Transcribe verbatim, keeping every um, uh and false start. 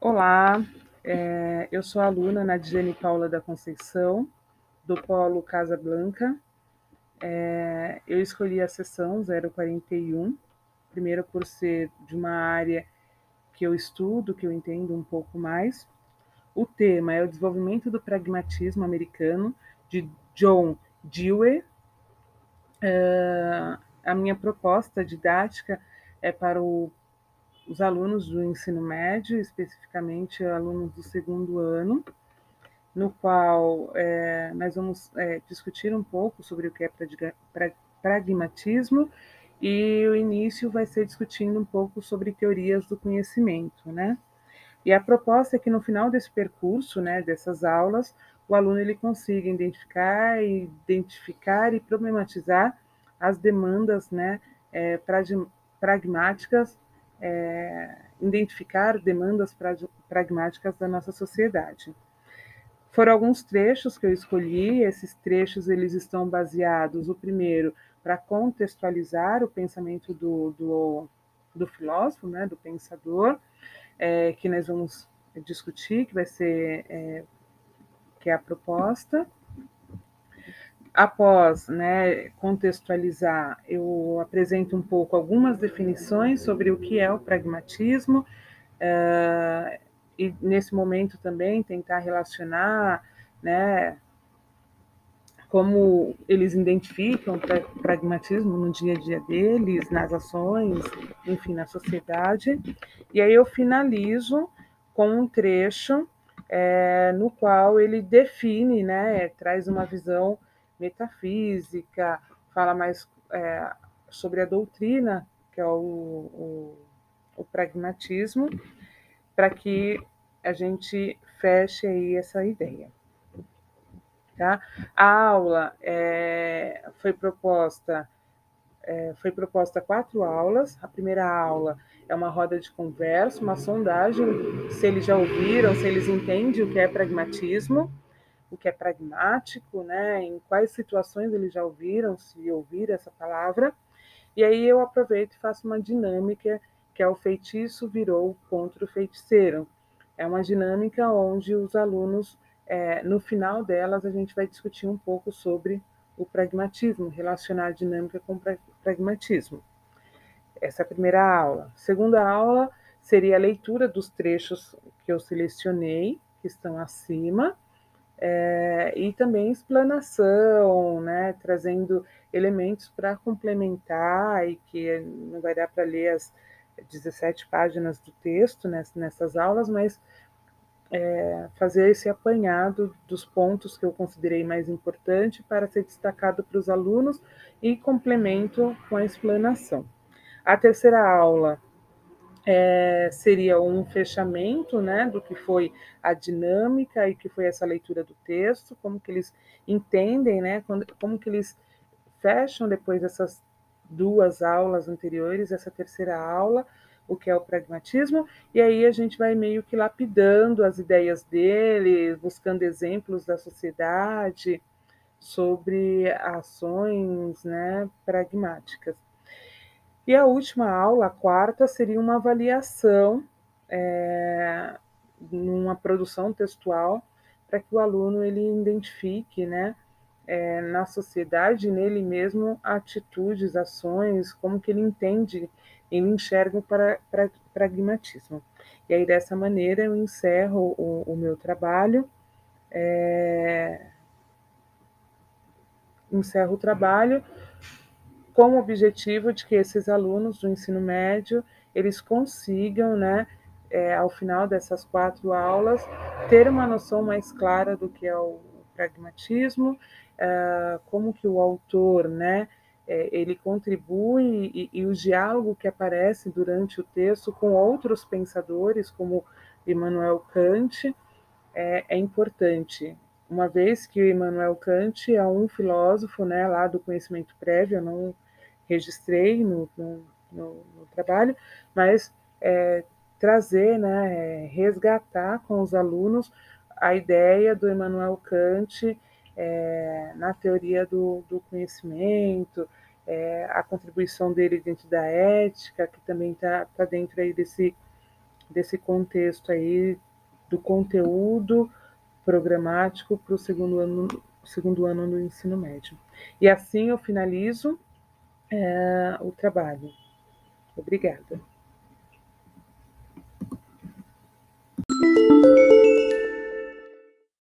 Olá, é, eu sou a aluna Nadiane Paula da Conceição, do Polo Casa Blanca. É, eu escolhi a seção zero quarenta e um, primeiro por ser de uma área que eu estudo, que eu entendo um pouco mais. O tema é o desenvolvimento do pragmatismo americano, de John Dewey. É, a minha proposta didática é para o os alunos do ensino médio, especificamente alunos do segundo ano, no qual é, nós vamos é, discutir um pouco sobre o que é pragmatismo e o início vai ser discutindo um pouco sobre teorias do conhecimento, né? E a proposta é que no final desse percurso, né, dessas aulas, o aluno ele consiga identificar, identificar e problematizar as demandas, né, é, pragmáticas, é, identificar demandas pragmáticas da nossa sociedade. Foram alguns trechos que eu escolhi, esses trechos eles estão baseados, o primeiro, para contextualizar o pensamento do, do, do filósofo, né, do pensador, é, que nós vamos discutir, que vai ser é, que é a proposta. Após, né, contextualizar, eu apresento um pouco algumas definições sobre o que é o pragmatismo, uh, e nesse momento também tentar relacionar, né, como eles identificam o pragmatismo no dia a dia deles, nas ações, enfim, na sociedade. E aí eu finalizo com um trecho é, no qual ele define, né, traz uma visão metafísica, fala mais é, sobre a doutrina, que é o, o, o pragmatismo, para que a gente feche aí essa ideia. Tá? A aula é, foi proposta é, foi proposta quatro aulas. A primeira aula é uma roda de conversa, uma sondagem, se eles já ouviram, se eles entendem o que é pragmatismo, o que é pragmático, né? Em quais situações eles já ouviram, se ouviram essa palavra. E aí eu aproveito e faço uma dinâmica que é o feitiço virou contra o feiticeiro. É uma dinâmica onde os alunos, é, no final delas, a gente vai discutir um pouco sobre o pragmatismo, relacionar a dinâmica com o pragmatismo. Essa é a primeira aula. A segunda aula seria a leitura dos trechos que eu selecionei, que estão acima, é, e também explanação, né, trazendo elementos para complementar e que não vai dar para ler as dezessete páginas do texto nessas aulas, mas é, fazer esse apanhado dos pontos que eu considerei mais importante para ser destacado para os alunos e complemento com a explanação. A terceira aula é, seria um fechamento, né, do que foi a dinâmica e que foi essa leitura do texto, como que eles entendem, né, como que eles fecham depois dessas duas aulas anteriores, essa terceira aula, o que é o pragmatismo, e aí a gente vai meio que lapidando as ideias dele, buscando exemplos da sociedade sobre ações, né, pragmáticas. E a última aula, a quarta, seria uma avaliação, é, numa produção textual, para que o aluno ele identifique, né, é, na sociedade, nele mesmo, atitudes, ações, como que ele entende, ele enxerga para, para pragmatismo. E aí, dessa maneira, eu encerro o, o meu trabalho, é, encerro o trabalho com o objetivo de que esses alunos do ensino médio, eles consigam, né, é, ao final dessas quatro aulas, ter uma noção mais clara do que é o pragmatismo, é, como que o autor, né, é, ele contribui e, e o diálogo que aparece durante o texto com outros pensadores, como Immanuel Kant, é, é importante. Uma vez que Immanuel Kant é um filósofo, né, lá do conhecimento prévio, eu não registrei no, no, no, no trabalho, mas é, trazer, né, é, resgatar com os alunos a ideia do Immanuel Kant é, na teoria do, do conhecimento, é, a contribuição dele dentro da ética, que também está tá dentro aí desse, desse contexto aí do conteúdo programático para o segundo ano, segundo ano do ensino médio. E assim eu finalizo é, o trabalho. Obrigada.